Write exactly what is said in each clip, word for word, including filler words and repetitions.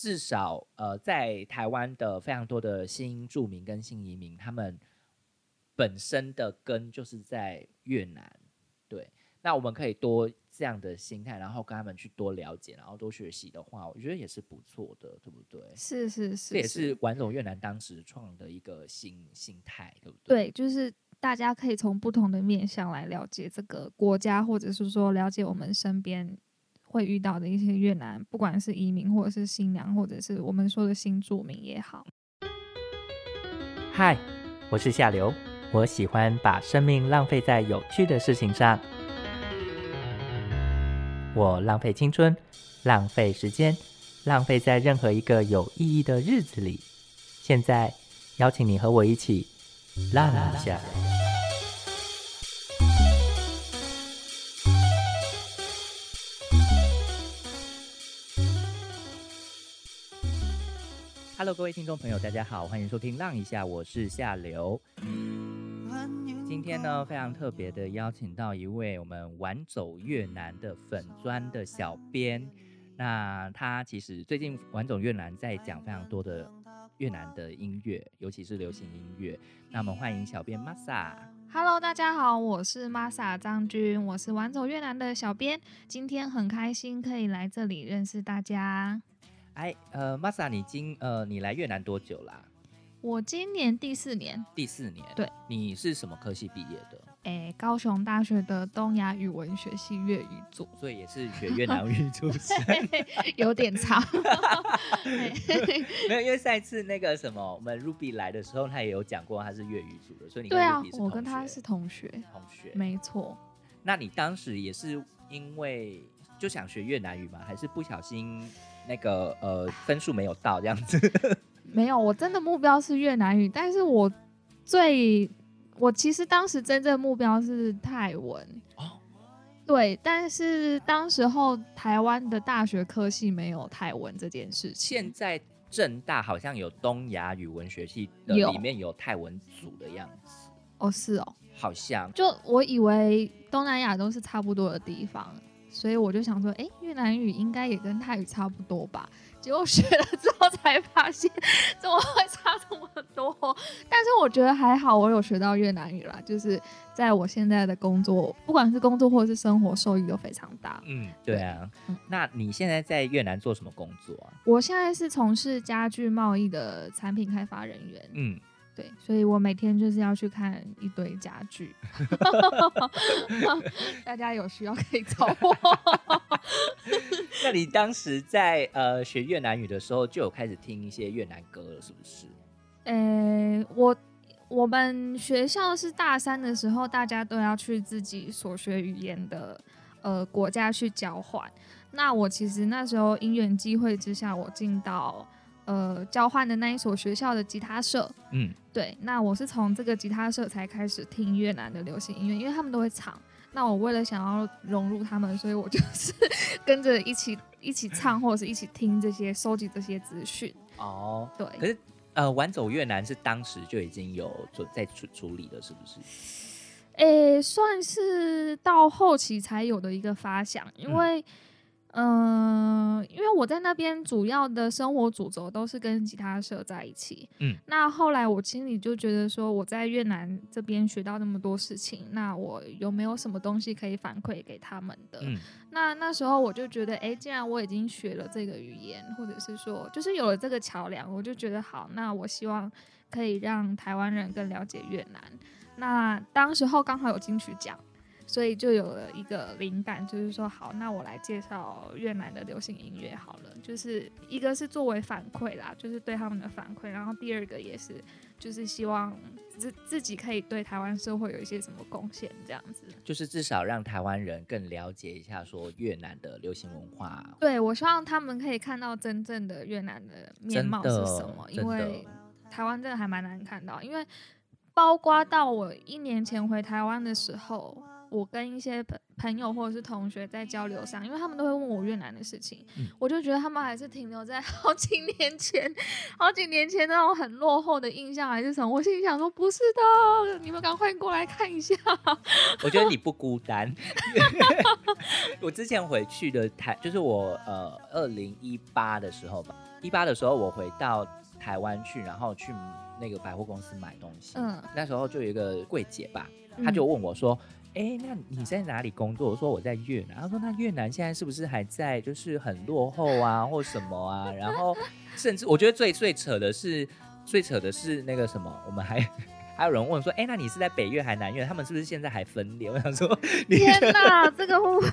至少呃，在台湾的非常多的新住民跟新移民，他们本身的根就是在越南，对。那我们可以多这样的心态，然后跟他们去多了解，然后多学习的话，我觉得也是不错的，对不对？ 是是是， 这也是玩走越南当时创的一个新心态，对不对？ 对，就是大家可以从不同的面向来了解这个国家，或者是说了解我们身边会遇到的一些越南，不管是移民或者是新娘，或者是我们说的新住民也好。 嗨，我是夏流，我喜欢把生命浪费在有趣的事情上。我浪费青春，浪费时间，浪费在任何一个有意义的日子里。现在邀请你和我一起浪一下。 Hello， 各位听众朋友，大家好，欢迎收听浪一下，我是夏流。今天呢，非常特别的邀请到一位我们玩走越南的粉专的小编。那他其实最近玩走越南在讲非常多的越南的音乐，尤其是流行音乐。那我们欢迎小编 Masa。Hello， 大家好，我是 Masa 张君，我是玩走越南的小编。今天很开心可以来这里认识大家。 哎，呃 ，Masa， 你今呃你来越南多久啦？ 我今年第四年。第四年， 对。 你是什么科系毕业的？ 欸、高雄大学的东亚语文学系粤语组， 所以也是学越南语出身， 有点长。 没有，因为上一次那个什么，我们 Ruby 来的时候，他也有讲过他是粤语组的，所以你跟 Ruby 是同学。 对啊，我跟他是同学。 同学， 没错。 那你当时也是因为就想学越南语吗？还是不小心那个呃分数没有到这样子？ 没有，我真的目标是越南语，但是我最我其实当时真正目标是泰文。哦，对，但是当时候台湾的大学科系没有泰文这件事情。 现在政大好像有东亚语文学系的，里面有泰文组的样子。 哦，是哦， 好像。 就我以为东南亚都是差不多的地方，所以我就想说，哎，越南语应该也跟泰语差不多吧。结果学了之后才发现怎么会差这么多，但是我觉得还好，我有学到越南语啦，就是在我现在的工作，不管是工作或者是生活，受益都非常大。 嗯，对啊。嗯、那你现在在越南做什么工作啊？ 我现在是从事家具贸易的产品开发人员。嗯。对，所以我每天就是要去看一堆家具。大家有需要可以找我。 那你当时在呃学越南语的时候，就有开始听一些越南歌了，是不是？ 呃，我我们学校是大三的时候，大家都要去自己所学语言的呃国家去交换。那我其实那时候因缘机会之下，我进到呃，交换的那一所学校的吉他社。嗯，对，那我是从这个吉他社才开始听越南的流行音乐，因为他们都会唱。那我为了想要融入他们，所以我就是跟着一起一起唱，或者是一起听这些，收集这些资讯。 哦， 对。 可是呃，玩走越南是当时就已经有在处处理了，是不是？ 诶，算是到后期才有的一个发想，因为。嗯嗯、呃，因为我在那边主要的生活主轴都是跟吉他社在一起。嗯，那后来我心里就觉得说，我在越南这边学到那么多事情，那我有没有什么东西可以反馈给他们的？嗯，那那时候我就觉得，哎，既然我已经学了这个语言，或者是说，就是有了这个桥梁，我就觉得好，那我希望可以让台湾人更了解越南。那当时候刚好有金曲奖。所以就有了一个灵感，就是说好，那我来介绍越南的流行音乐好了。就是一个是作为反馈啦，就是对他们的反馈，然后第二个也是就是希望自自己可以对台湾社会有一些什么贡献，这样子。 就是至少让台湾人更了解一下说越南的流行文化。 对，我希望他们可以看到真正的越南的面貌是什么，因为台湾真的还蛮难看到，因为包括到我一年前回台湾的时候。我跟一些朋友或者是同学在交流上，因为他们都会问我越南的事情，嗯、我就觉得他们还是停留在好几年前、好几年前那种很落后的印象，还是什么？我心里想说，不是的，你们赶快过来看一下。 我觉得你不孤单。我之前回去的台，就是我呃二零一八的时候吧。 一八的时候我回到台湾去，然后去那个百货公司买东西，嗯，那时候就有一个柜姐吧，她就问我说哎、欸，那你在哪里工作？我说我在越南。他说那越南现在是不是还在就是很落后啊，或什么啊？然后甚至我觉得最最扯的是，最扯的是那个什么，我们还还有人问说，哎、欸，那你是在北越还南越？他们是不是现在还分裂？我想说， 天哪，这个会不会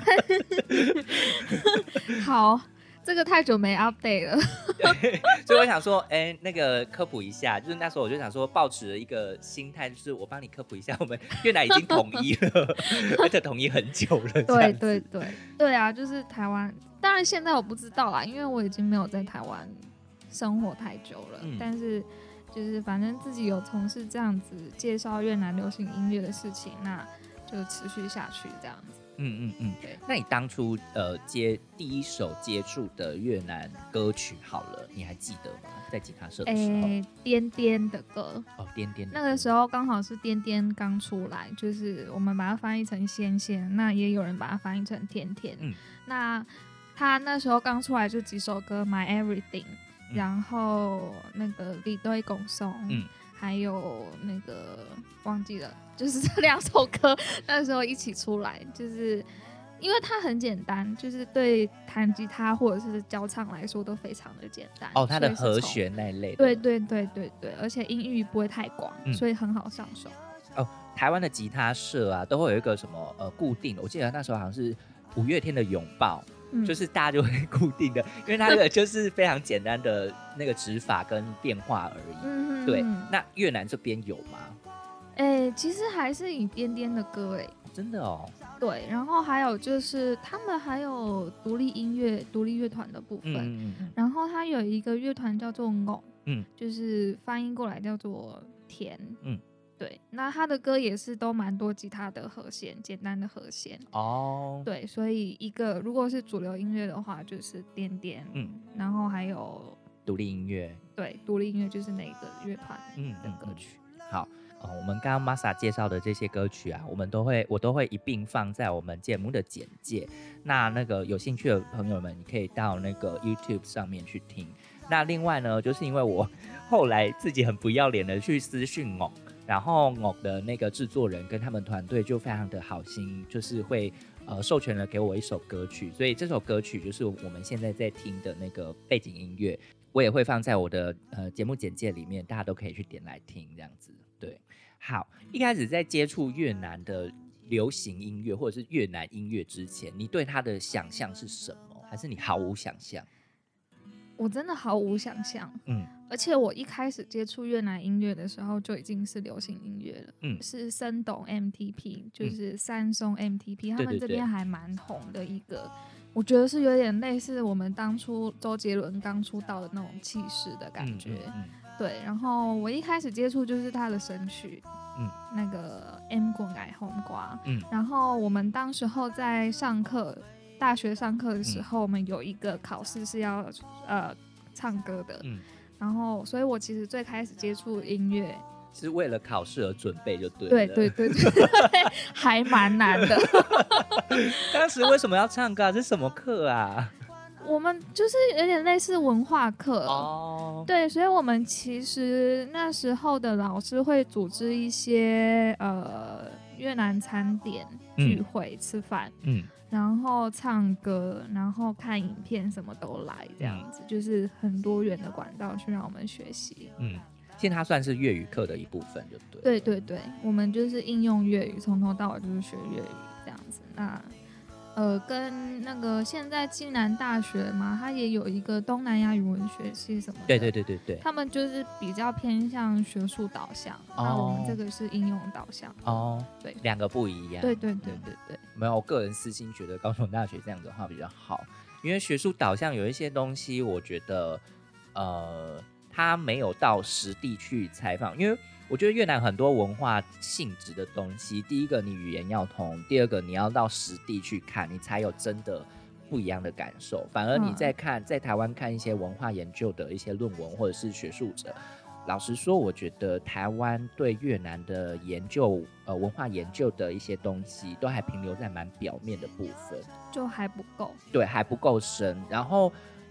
好？这个太久没 update 了， 所以我想说，哎、欸，那个科普一下，就是那时候我就想说，抱持了一个心态，就是我帮你科普一下，我们越南已经统一了，而且统一很久了。 对对对对啊，就是台湾，当然现在我不知道啦，因为我已经没有在台湾生活太久了，嗯、但是就是反正自己有从事这样子介绍越南流行音乐的事情，那就持续下去这样子。 嗯嗯嗯，对。那你当初呃接第一首接触的越南歌曲好了，你还记得吗？在吉他社的时候，欸、 颠颠的歌哦，颠颠的歌。 那个时候刚好是颠颠刚出来，就是我们把它翻译成仙仙，那也有人把它翻译成甜甜。嗯，那他那时候刚出来就几首歌 ，My Everything，、嗯、然后那个李对拱松，嗯。还有那个忘记了，就是这两首歌那时候一起出来，就是因为它很简单，就是对弹吉他或者是教唱来说都非常的简单。 哦，它的和弦那一类的。 对对对对对，而且音域不会太广、嗯，所以很好上手。 哦，台湾的吉他社啊，都会有一个什么呃固定的，我记得那时候好像是五月天的拥抱。嗯、就是大家就会固定的，因为它的就是非常简单的那个指法跟变化而已。嗯、对，那越南这边有吗？ 哎、欸，其实还是以颠颠的歌哎、欸， 真的哦。 对，然后还有就是他们还有独立音乐、独立乐团的部分。嗯嗯然后它有一个乐团叫做 Ngok， 嗯，就是翻译过来叫做甜。嗯。对，那他的歌也是都蛮多吉他的和弦，简单的和弦哦。对，所以一个如果是主流音乐的话，就是颠颠，嗯，然后还有独立音乐， 对，独立音乐就是那个乐团的歌曲。 嗯嗯嗯、好、呃，我们刚刚 Masa 介绍的这些歌曲啊，我们都会我都会一并放在我们节目的简介。那那个有兴趣的朋友们，你可以到那个 YouTube 上面去听。那另外呢，就是因为我后来自己很不要脸的去私讯我。然后我的那个制作人跟他们团队就非常的好心，就是会呃授权了给我一首歌曲，所以这首歌曲就是我们现在在听的那个背景音乐，我也会放在我的呃节目简介里面，大家都可以去点来听这样子。对，好，一开始在接触越南的流行音乐或者是越南音乐之前，你对它的想象是什么？还是你毫无想象？ 我真的毫无想象，嗯，而且我一开始接触越南音乐的时候就已经是流行音乐了，嗯，是森董 M T P， 就是三松 M T P，、嗯、他们这边还蛮红的一个，我觉得是有点类似我们当初周杰伦刚出道的那种气势的感觉，嗯嗯嗯、对。然后我一开始接触就是他的神曲，嗯，那个 M 滚改红瓜，嗯，然后我们当时候在上课。大学上课的时候、嗯，我们有一个考试是要呃唱歌的、嗯，然后，所以我其实最开始接触音乐是为了考试而准备，就对了。 对对对对，还蛮难的。 当时为什么要唱歌、啊？这是什么课啊？ 我们就是有点类似文化课哦，对，所以我们其实那时候的老师会组织一些呃越南餐点聚会、嗯、吃饭，嗯。然后唱歌，然后看影片，什么都来，这样子、嗯、就是很多元的管道去让我们学习。 嗯，现在它算是粤语课的一部分，就对。 对对对，我们就是应用粤语，从头到尾就是学粤语这样子。那呃，跟那个现在暨南大学嘛，它也有一个东南亚语文学系什么的。 对对对对对。 他们就是比较偏向学术导向，哦、那我们这个是应用导向。哦，对， 两个不一样。 对对对对对。 没有，我个人私心觉得高雄大学这样子的话比较好，因为学术导向有一些东西，我觉得呃，它没有到实地去采访，因为。我觉得越南很多文化性质的东西，第一个你语言要通，第二个你要到实地去看，你才有真的不一样的感受。反而你在看在台湾看一些文化研究的一些论文或者是学术者，老实说，我觉得台湾对越南的研究，呃，文化研究的一些东西，都还停留在蛮表面的部分， 就还不够， 对，还不够深。然后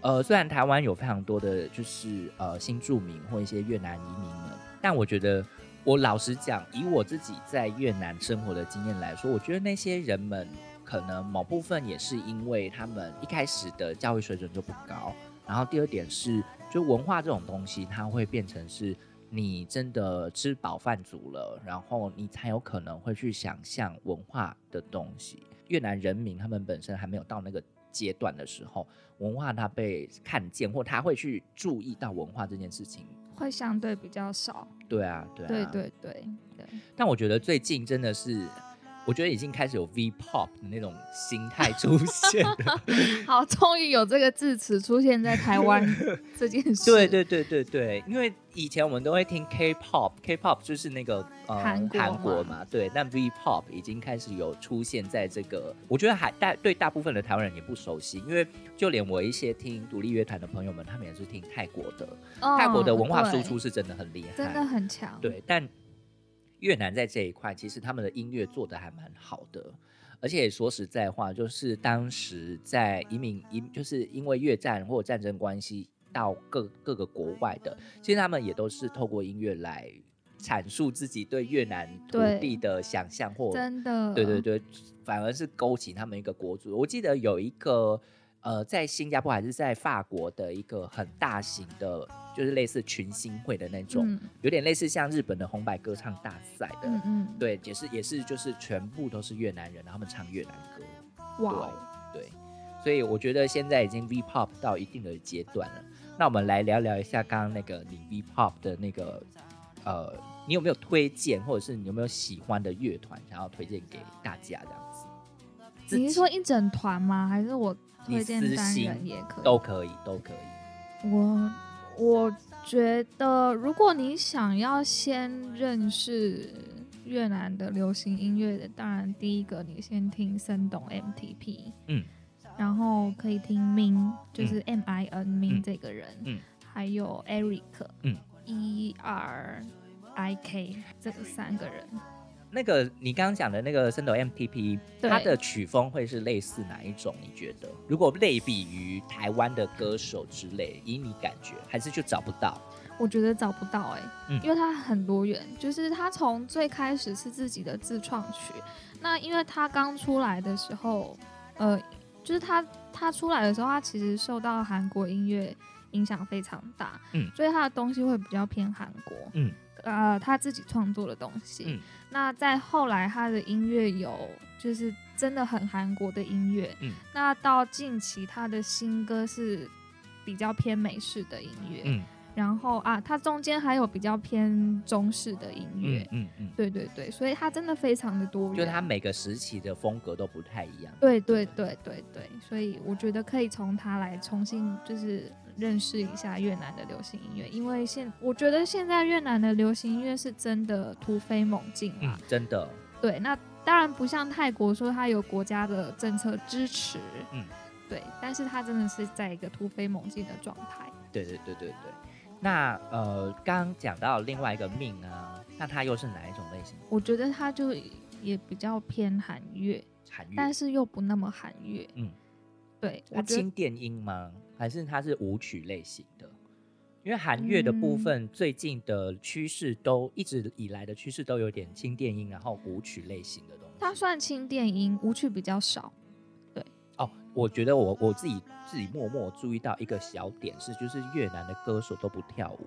呃，虽然台湾有非常多的就是呃新住民或一些越南移民们，但我觉得我老实讲，以我自己在越南生活的经验来说，我觉得那些人们可能某部分也是因为他们一开始的教育水准就不高，然后第二点是，就文化这种东西，它会变成是你真的吃饱饭足了，然后你才有可能会去想象文化的东西。越南人民他们本身还没有到那个阶段的时候，文化它被看见，或他会去注意到文化这件事情， 会相对比较少。 对啊，对啊， 对对对对。 但我觉得最近真的是，我觉得已经开始有 V-pop 的那种心态出现了。 好，终于有这个字词出现在台湾这件事。 对对对对对，因为以前我们都会听 K-pop，K-pop 就是那个呃韩国, 韩国嘛，对。但 V-pop 已经开始有出现在这个，我觉得还大对大部分的台湾人也不熟悉，因为就连我一些听独立乐团的朋友们，他们也是听泰国的，哦、泰国的文化输出是真的很厉害， 真的很强。 对，但越南在这一块，其实他们的音乐做得还蛮好的，而且说实在话，就是当时在移民，就是因为越战或者战争关系到 各, 各个国外的，其实他们也都是透过音乐来阐述自己对越南土地的想象，或真的， 对对对，反而是勾起他们一个国族。我记得有一个呃，在新加坡还是在法国的一个很大型的，就是类似群星会的那种，嗯、有点类似像日本的红白歌唱大赛的，嗯嗯，对，也是也是就是全部都是越南人，然后他们唱越南歌，哇，对对，所以我觉得现在已经 V-pop 到一定的阶段了。那我们来聊聊一下刚刚那个你 V-pop 的那个呃，你有没有推荐，或者是你有没有喜欢的乐团想要推荐给大家这样子？ 你是说一整团吗？还是我推荐单人也可以？ 都可以，都可以。 我我觉得，如果你想要先认识越南的流行音乐的，当然第一个你先听森董 M T P， 嗯，然后可以听 Min， 就是 M I N Min、嗯、这个人，嗯，还有 Eric， 嗯 E R I K 这个三个人。 那个你刚刚讲的那个森斗 M T P， 它的曲风会是类似哪一种？你觉得？如果类比于台湾的歌手之类，以你感觉，还是就找不到？ 我觉得找不到哎、欸嗯，因为它很多元，就是它从最开始是自己的自创曲，那因为它刚出来的时候，呃，就是它它出来的时候，它其实受到韩国音乐影响非常大，嗯，所以它的东西会比较偏韩国，嗯。呃，他自己创作的东西、嗯，那在后来他的音乐有就是真的很韩国的音乐、嗯，那到近期他的新歌是比较偏美式的音乐、嗯，然后啊，他中间还有比较偏中式的音乐，嗯 嗯, 嗯，对对对，所以他真的非常的多元， 就他每个时期的风格都不太一样， 对对对对对，所以我觉得可以从他来重新就是认识一下越南的流行音乐，因为现我觉得现在越南的流行音乐是真的突飞猛进啊、 嗯，真的。对， 那当然不像泰国说它有国家的政策支持，嗯，对，但是它真的是在一个突飞猛进的状态。 对对对对对。那呃，刚刚讲到另外一个命啊，那它又是哪一种类型？ 我觉得它就也比较偏韩乐， 韩乐， 但是又不那么韩乐，嗯。对， 它轻电音吗？还是它是舞曲类型的？因为韩乐的部分、嗯、最近的趋势都一直以来的趋势都有点轻电音，然后舞曲类型的东西。 它算轻电音，舞曲比较少。对哦，我觉得我我自己自己默默注意到一个小点是，就是越南的歌手都不跳舞。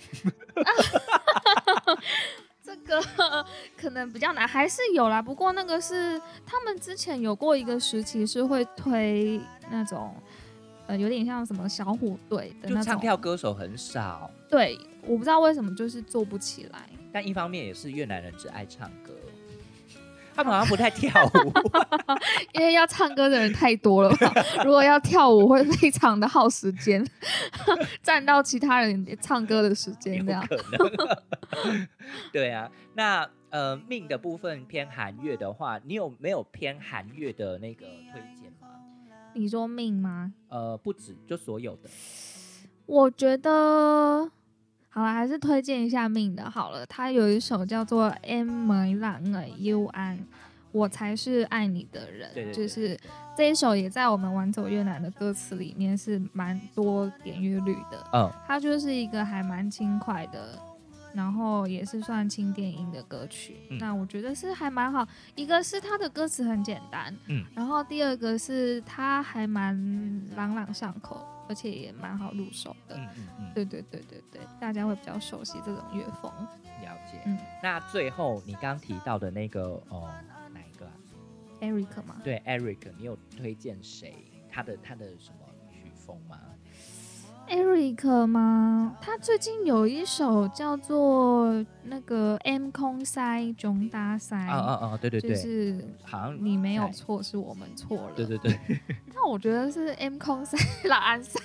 这个可能比较难，还是有啦。不过那个是他们之前有过一个时期是会推那种，呃，有点像什么小虎队的那种， 就唱跳歌手很少。 对，我不知道为什么就是做不起来。 但一方面也是越南人只爱唱歌，他们好像不太跳舞， 因为要唱歌的人太多了吧？如果要跳舞会非常的耗时间，占到其他人唱歌的时间，这样有可能。对啊，那呃命的部分偏韩乐的话，你有没有偏韩乐的那个推荐吗？ 你说命吗？ 呃，不止，就所有的。 我觉得好了，还是推荐一下命的好了。他有一首叫做《Em Mới Là Người Yêu Anh》， 我才是爱你的人， 对对对， 就是这一首也在我们玩走越南的歌词里面是蛮多点阅率的。 嗯， 它就是一个还蛮轻快的，然后也是算轻电音的歌曲。嗯、那我觉得是还蛮好，一个是它的歌词很简单，嗯，然后第二个是它还蛮朗朗上口，而且也蛮好入手的。嗯嗯嗯，对对对对对，大家会比较熟悉这种乐风。 了解。嗯，那最后你刚刚提到的那个哦，哪一个啊 ？Eric 吗？ 对 ，Eric， 你有推荐谁？他的他的什么曲风吗 ？Eric 吗？他最近有一首叫做那个 M 空塞囧打塞， 哦哦哦，对对对， 就是好像你没有错，是我们错了。 对对对， 但我觉得是 M 空塞拉安塞。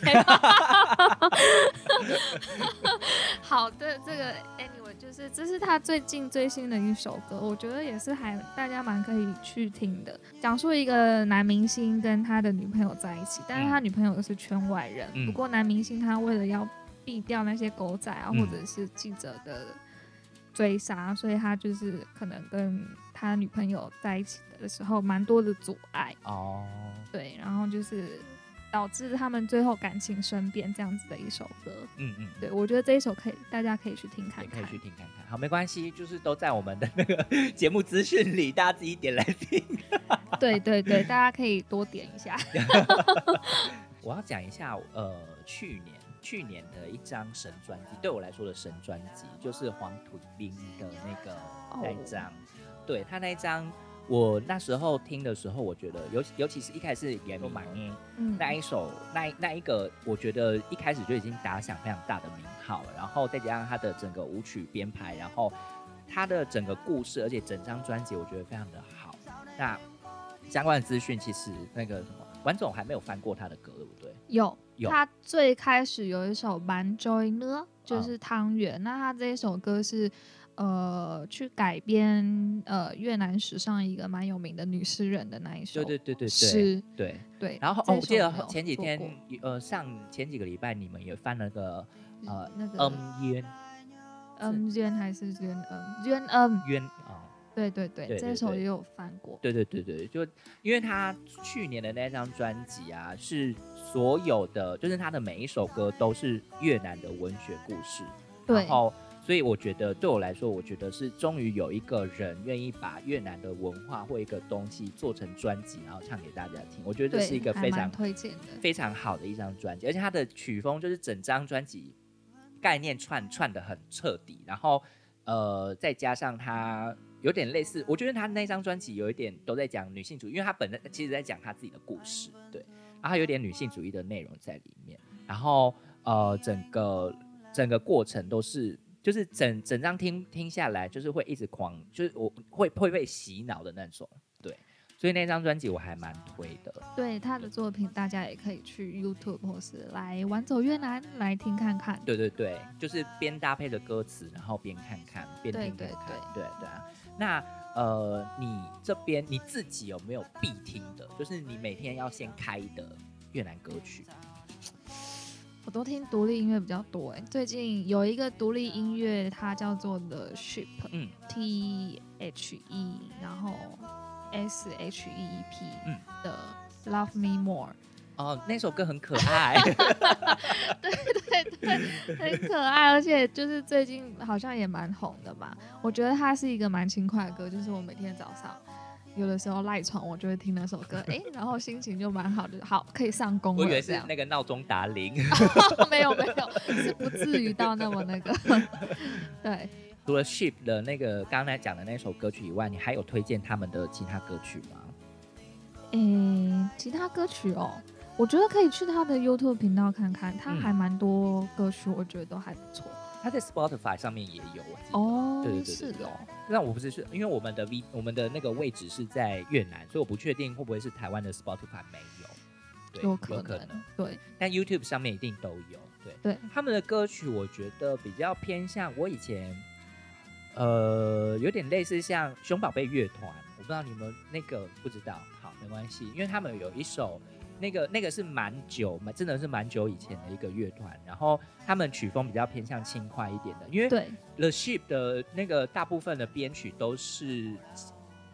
好的，这个 anyway 就是这是他最近最新的一首歌，我觉得也是还大家蛮可以去听的。讲述一个男明星跟他的女朋友在一起，但是他女朋友是圈外人，嗯、不过男明星他为了要避掉那些狗仔啊，嗯、或者是记者的追杀，所以他就是可能跟他女朋友在一起的时候蛮多的阻碍哦。对，然后就是导致他们最后感情生变这样子的一首歌。嗯嗯，对，我觉得这一首可以，大家可以去听看看， 可以去听看看。好，没关系，就是都在我们的那个节目资讯里，大家自己点来听。 对对对，大家可以多点一下。 我要讲一下，呃，去年去年的一张神专辑，对我来说的神专辑，就是黄土冰的那个那一张。Oh. 对他那一张，我那时候听的时候，我觉得尤尤其是一开始也都蛮嗯那一首那那一个，我觉得一开始就已经打响非常大的名号了。然后再加上他的整个舞曲编排，然后他的整个故事，而且整张专辑我觉得非常的好。那相关的资讯，其实那个什么，玩总还没有翻过他的歌，对不对？ 有，有。他最开始有一首《蛮 Joy 呢》，就是汤圆。嗯、那他这一首歌是呃去改编呃越南史上一个蛮有名的女诗人的那一首对对对对诗， 对对。 然后哦，我记得前几天呃上前几个礼拜你们也翻了个呃那个嗯冤嗯冤还是冤嗯冤嗯冤啊。 对对 对, 对, 对, 对，这首也有翻过。 对对对对，就因为他去年的那张专辑啊，是所有的，就是他的每一首歌都是越南的文学故事。对。然后，所以我觉得对我来说，我觉得是终于有一个人愿意把越南的文化或一个东西做成专辑，然后唱给大家听。我觉得这是一个非常推荐的、 非常好的一张专辑，而且他的曲风就是整张专辑概念串串得很彻底，然后呃，再加上他。有点类似，我觉得他那张专辑有一点都在讲女性主义，因为他本身其实在讲他自己的故事，对，然后他有点女性主义的内容在里面，然后呃，整个整个过程都是，就是整整张听听下来，就是会一直狂，就是我会会被洗脑的那种，对，所以那张专辑我还蛮推的。 对他的作品，大家也可以去 YouTube 或是来玩走越南来听看看。 对对对，就是边搭配着歌词，然后边看看，边听看看，对 对, 对, 对啊。那呃，你这边你自己有没有必听的？就是你每天要先开的越南歌曲？ 我都听独立音乐比较多哎。最近有一个独立音乐，它叫做 The Sheep， 嗯 ，T H E， 然后 S H E E P 的 Love Me More。 哦，那首歌很可爱。 对对对，很可爱，而且就是最近好像也蛮红的嘛。我觉得它是一个蛮轻快的歌，就是我每天早上有的时候赖床，我就会听那首歌，哎，然后心情就蛮好的，好可以上工了。 我以为是那个闹钟打铃。 没有没有，是不至于到那么那个。对。 除了 Sheep 的那个刚才讲的那首歌曲以外，你还有推荐他们的其他歌曲吗？ 诶，其他歌曲哦。我觉得可以去他的 YouTube 频道看看，他还蛮多歌曲，我觉得都还不错。 他在 Spotify 上面也有，我记得。 哦， 对对对对对。那我不是是因为我们的 V 我们的那个位置是在越南，所以我不确定会不会是台湾的 Spotify 没有。对， 有可能。 有可能对。 但 YouTube 上面一定都有。对。 对。 他们的歌曲我觉得比较偏向我以前，呃，有点类似像熊宝贝乐团，我不知道你们那个不知道，好没关系，因为他们有一首。那个那个是蛮久，真的是蛮久以前的一个乐团，然后他们曲风比较偏向轻快一点的，因为 The Sheep 的那个大部分的编曲都是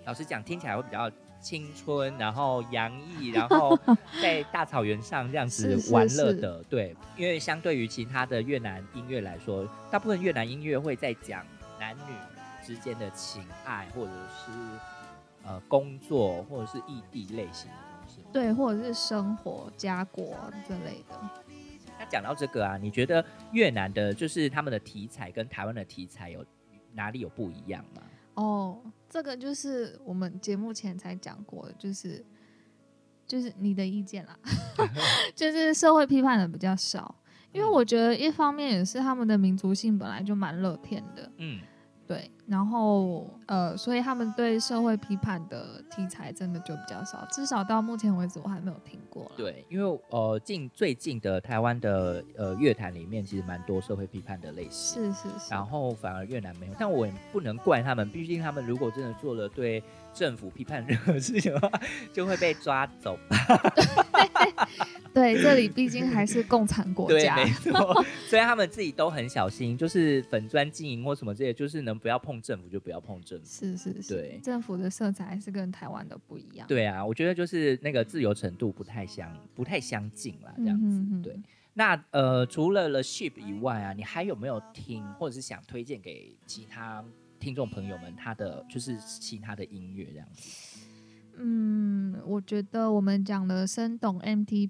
老实讲听起来会比较青春，然后洋溢，然后在大草原上这样子玩乐的。是是是对，因为相对于其他的越南音乐来说，大部分越南音乐会在讲男女之间的情爱，或者是呃工作，或者是异地类型的东西。 对，或者是生活、家国之类的。 那讲到这个啊，你觉得越南的就是他们的题材跟台湾的题材有哪里有不一样吗？ 哦，这个就是我们节目前才讲过的，就是就是你的意见啦，就是社会批判的比较少，因为我觉得一方面也是他们的民族性本来就蛮乐天的，嗯，对，然后呃，所以他们对社会批判的题材真的就比较少，至少到目前为止我还没有听过啦。 对，因为呃，近最近的台湾的呃乐坛里面，其实蛮多社会批判的类型， 是是是， 然后反而越南没有，但我也不能怪他们，毕竟他们如果真的做了对政府批判任何事情的话，就会被抓走吧。 对，这里毕竟还是共产国家， 对，没错。所以他们自己都很小心，就是粉专经营或什么这些，就是能不要碰政府就不要碰政府。 是是是， 对， 政府的色彩还是跟台湾的不一样。 对啊，我觉得就是那个自由程度不太相不太相近啦，这样子。嗯、哼哼对，那呃，除了 The Sheep 以外啊，你还有没有听或者是想推荐给其他听众朋友们他的就是其他的音乐这样子？ 嗯，我觉得我们讲的生动 M T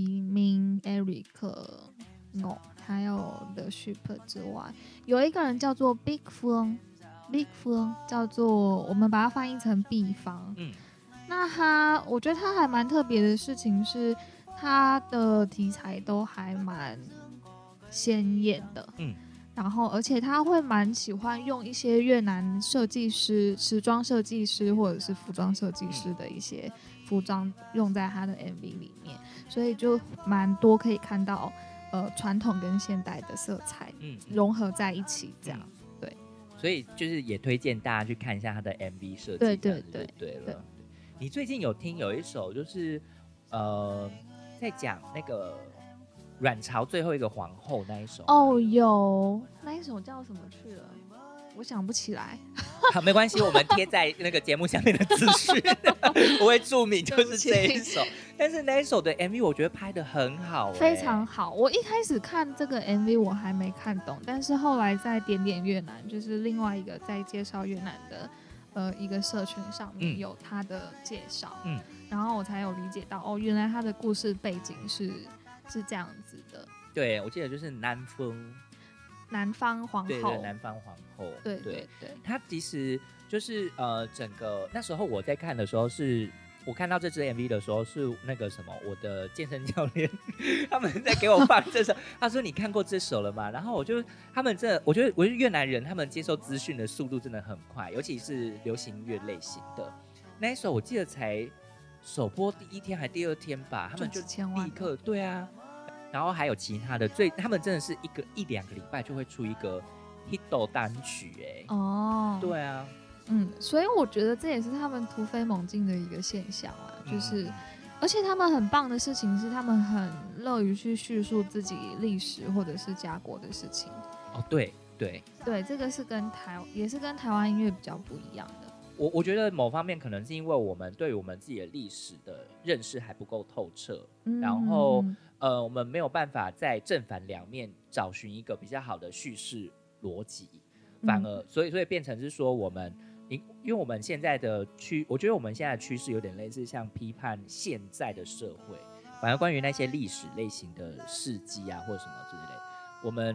P、Min、Eric、No， 还有 The Sheep 之外，有一个人叫做 Big 风 ，Big 风叫做我们把它翻译成毕方。嗯，那他我觉得他还蛮特别的事情是，他的题材都还蛮鲜艳的。嗯。然后，而且他会蛮喜欢用一些越南设计师、时装设计师或者是服装设计师的一些服装用在他的 M V 里面，所以就蛮多可以看到呃传统跟现代的色彩融合在一起，这样、嗯、对。 所以就是也推荐大家去看一下他的 M V 设计， 对对对对了。对，你最近有听有一首就是呃在讲那个。阮朝最后一个皇后那一首哦，有那一首叫什么去了？我想不起来。 好，没关系，我们贴在那个节目下面的资讯，我会注明就是这一首。但是那一首的 M V 我觉得拍得很好、欸， 非常好。我一开始看这个 M V 我还没看懂，但是后来在点点越南，就是另外一个在介绍越南的呃一个社群上面有他的介绍，嗯，然后我才有理解到哦，原来他的故事背景是。是这样子的， 对，我记得就是南风， 南方皇后， 对对，南方皇后， 对对对， 她其实就是呃，整个那时候我在看的时候是，我看到这支 M V 的时候是那个什么，我的健身教练他们在给我放这首，他说你看过这首了吗？然后我就他们这，我觉得我觉得越南人他们接受资讯的速度真的很快，尤其是流行音乐类型的那一首，我记得才首播第一天还第二天吧，他们就立刻对啊。然后还有其他的，最他们真的是一个一两个礼拜就会出一个 hit 单曲哎、欸，哦，对啊， 嗯，所以我觉得这也是他们突飞猛进的一个现象啊，就是，嗯、而且他们很棒的事情是，他们很乐于去叙述自己历史或者是家国的事情。 哦，对对对，这个是跟台也是跟台湾音乐比较不一样的。 我我觉得某方面可能是因为我们对于我们自己的历史的认识还不够透彻，嗯、然后呃，我们没有办法在正反两面找寻一个比较好的叙事逻辑，反而、嗯、所以所以变成是说我们，因因为我们现在的趋，我觉得我们现在的趋势有点类似像批判现在的社会，反而关于那些历史类型的事迹啊或者什么之类的，我们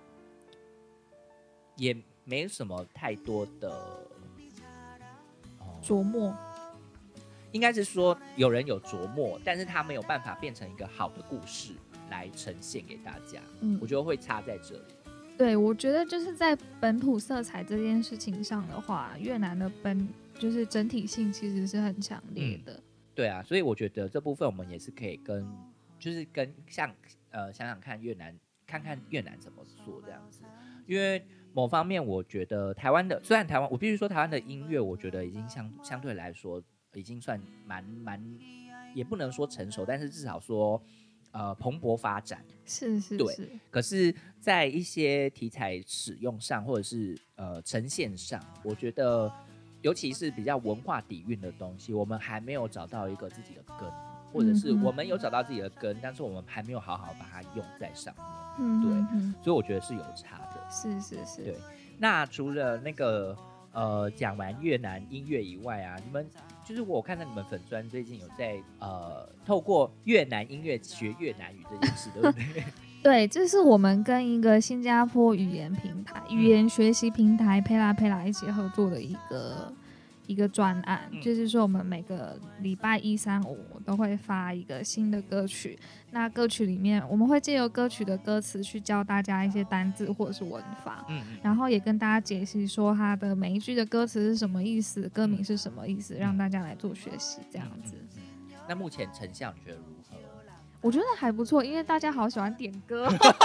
也没什么太多的。 琢磨， 应该是说有人有琢磨，但是他没有办法变成一个好的故事来呈现给大家。嗯，我觉得会差在这里。 对，我觉得就是在本土色彩这件事情上的话，越南的本就是整体性其实是很强烈的。嗯、 对啊，所以我觉得这部分我们也是可以跟，就是跟像呃想想看越南，看看越南怎么做这样子，因为。某方面，我觉得台湾的，虽然台湾，我必须说台湾的音乐，我觉得已经相相对来说已经算蛮蛮，也不能说成熟，但是至少说，呃，蓬勃发展。 是是是。 对。可是，在一些题材使用上，或者是呃呈现上，我觉得尤其是比较文化底蕴的东西，我们还没有找到一个自己的根，或者是我们有找到自己的根，但是我们还没有好好把它用在上面。嗯，对，嗯，所以我觉得是有差的。 是是是， 对。那除了那个呃讲完越南音乐以外啊，你们就是我看到你们粉专最近有在呃透过越南音乐学越南语这件事，对不对？ 对，这是我们跟一个新加坡语言平台、语言学习平台佩拉佩拉一起合作的一个一个专案，嗯，就是说我们每个礼拜一、三、五都会发一个新的歌曲。那歌曲里面，我们会借由歌曲的歌词去教大家一些单字或者是文法，嗯，然后也跟大家解析说它的每一句的歌词是什么意思，歌名是什么意思，让大家来做学习，这样子。嗯嗯嗯，那目前成效你觉得如何？ 我觉得还不错，因为大家好喜欢点歌。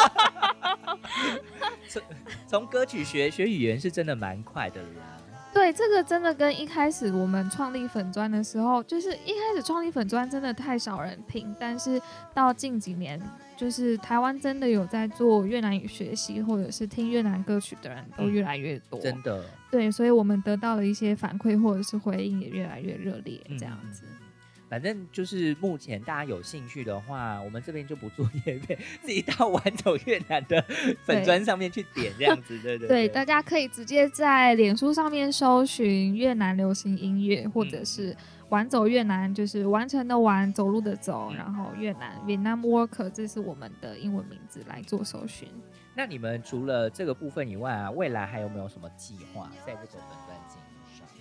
从歌曲学学语言是真的蛮快的啦。 对，这个真的跟一开始我们创立粉专的时候，就是一开始创立粉专真的太少人听，但是到近几年，就是台湾真的有在做越南语学习或者是听越南歌曲的人都越来越多，嗯，真的。对，所以我们得到了一些反馈或者是回应也越来越热烈，这样子。嗯， 反正就是目前大家有兴趣的话，我们这边就不做业配，自己到玩走越南的粉专上面去点这样子，对对 对, 对，大家可以直接在脸书上面搜寻越南流行音乐，或者是玩走越南，就是完成的玩，走路的走，然后越南 Vietnam Worker， 这是我们的英文名字来做搜寻。 那你们除了这个部分以外啊，未来还有没有什么计划在这个粉专经营上？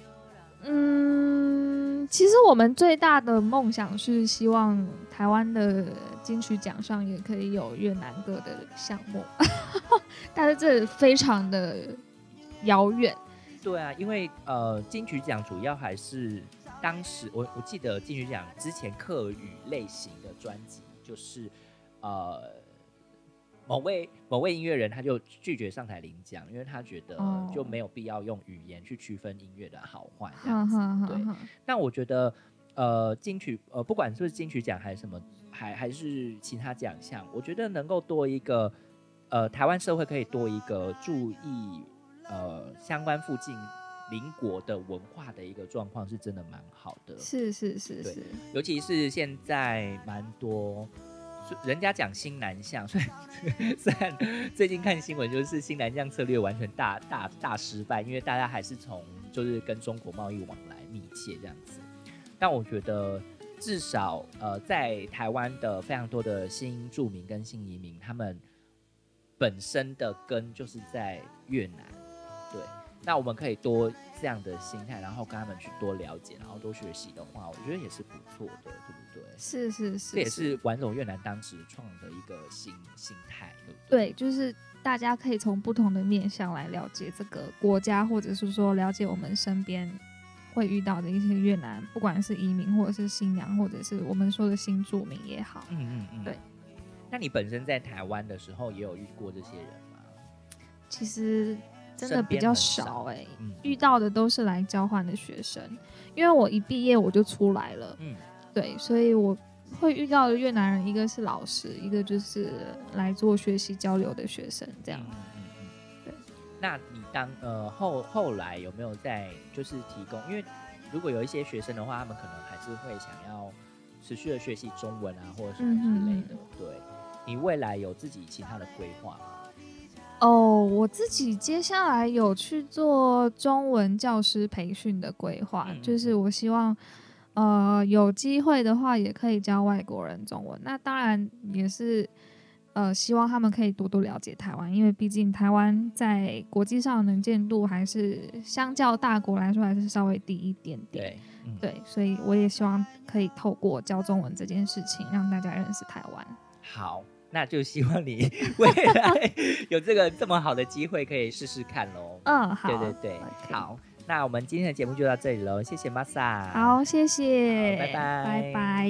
嗯，其实我们最大的梦想是希望台湾的金曲奖上也可以有越南歌的项目，但是这非常的遥远。 对啊，因为呃金曲奖主要还是当时我我记得金曲奖之前客语类型的专辑就是呃。某位某位音乐人他就拒绝上台领奖，因为他觉得就没有必要用语言去区分音乐的好坏这样子。Oh. 对，但我觉得呃金曲呃不管是不是金曲奖还是什么，还还是其他奖项，我觉得能够多一个呃台湾社会可以多一个注意呃相关附近邻国的文化的一个状况，是真的蛮好的。 是是是是， 尤其是现在蛮多。人家讲新南向，虽然虽然最近看新闻就是新南向策略完全大大大失败，因为大家还是从就是跟中国贸易往来密切这样子。但我觉得至少呃在台湾的非常多的新住民跟新移民，他们本身的根就是在越南，对。那我们可以多这样的心态，然后跟他们去多了解，然后多学习的话，我觉得也是不错的，对不对？ 是是是， 这也是玩走越南当时创的一个新心态，对不对？对，就是大家可以从不同的面向来了解这个国家，或者是说了解我们身边会遇到的一些越南，不管是移民或者是新娘，或者是我们说的新住民也好。嗯嗯嗯，对。 那你本身在台湾的时候也有遇过这些人吗？ 其实。真的比较少哎、欸嗯，遇到的都是来交换的学生，因为我一毕业我就出来了，嗯，对，所以我会遇到的越南人，一个是老师，一个就是来做学习交流的学生，这样。嗯嗯嗯， 对。那你当呃后后来有没有在就是提供？因为如果有一些学生的话，他们可能还是会想要持续的学习中文啊，或者什么之类的。嗯、对，你未来有自己其他的规划吗？ 哦，我自己接下来有去做中文教师培训的规划，嗯、就是我希望，呃，有机会的话也可以教外国人中文。那当然也是，呃，希望他们可以多多了解台湾，因为毕竟台湾在国际上的能见度还是相较大国来说还是稍微低一点点。对，嗯、对，所以我也希望可以透过教中文这件事情，让大家认识台湾。 好。那就希望你未来有这个这么好的机会，可以试试看喽。 嗯，好， 对对对， okay. 好。那我们今天的节目就到这里喽，谢谢 Masa。 好，谢谢， 拜拜， 拜拜。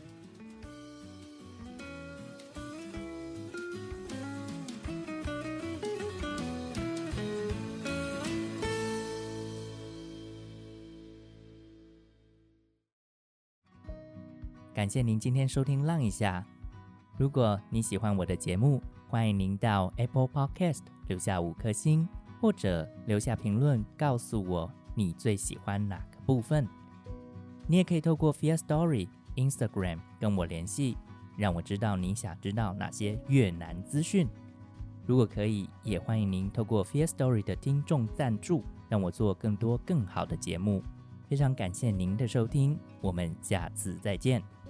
感谢您今天收听浪一下。如果你喜欢我的节目，欢迎您到 Apple Podcast 留下五颗星，或者留下评论告诉我你最喜欢哪个部分。你也可以透过 Firstory、Instagram 跟我联系，让我知道你想知道哪些越南资讯。如果可以，也欢迎您透过 Firstory 的听众赞助，让我做更多更好的节目。非常感谢您的收听，我们下次再见。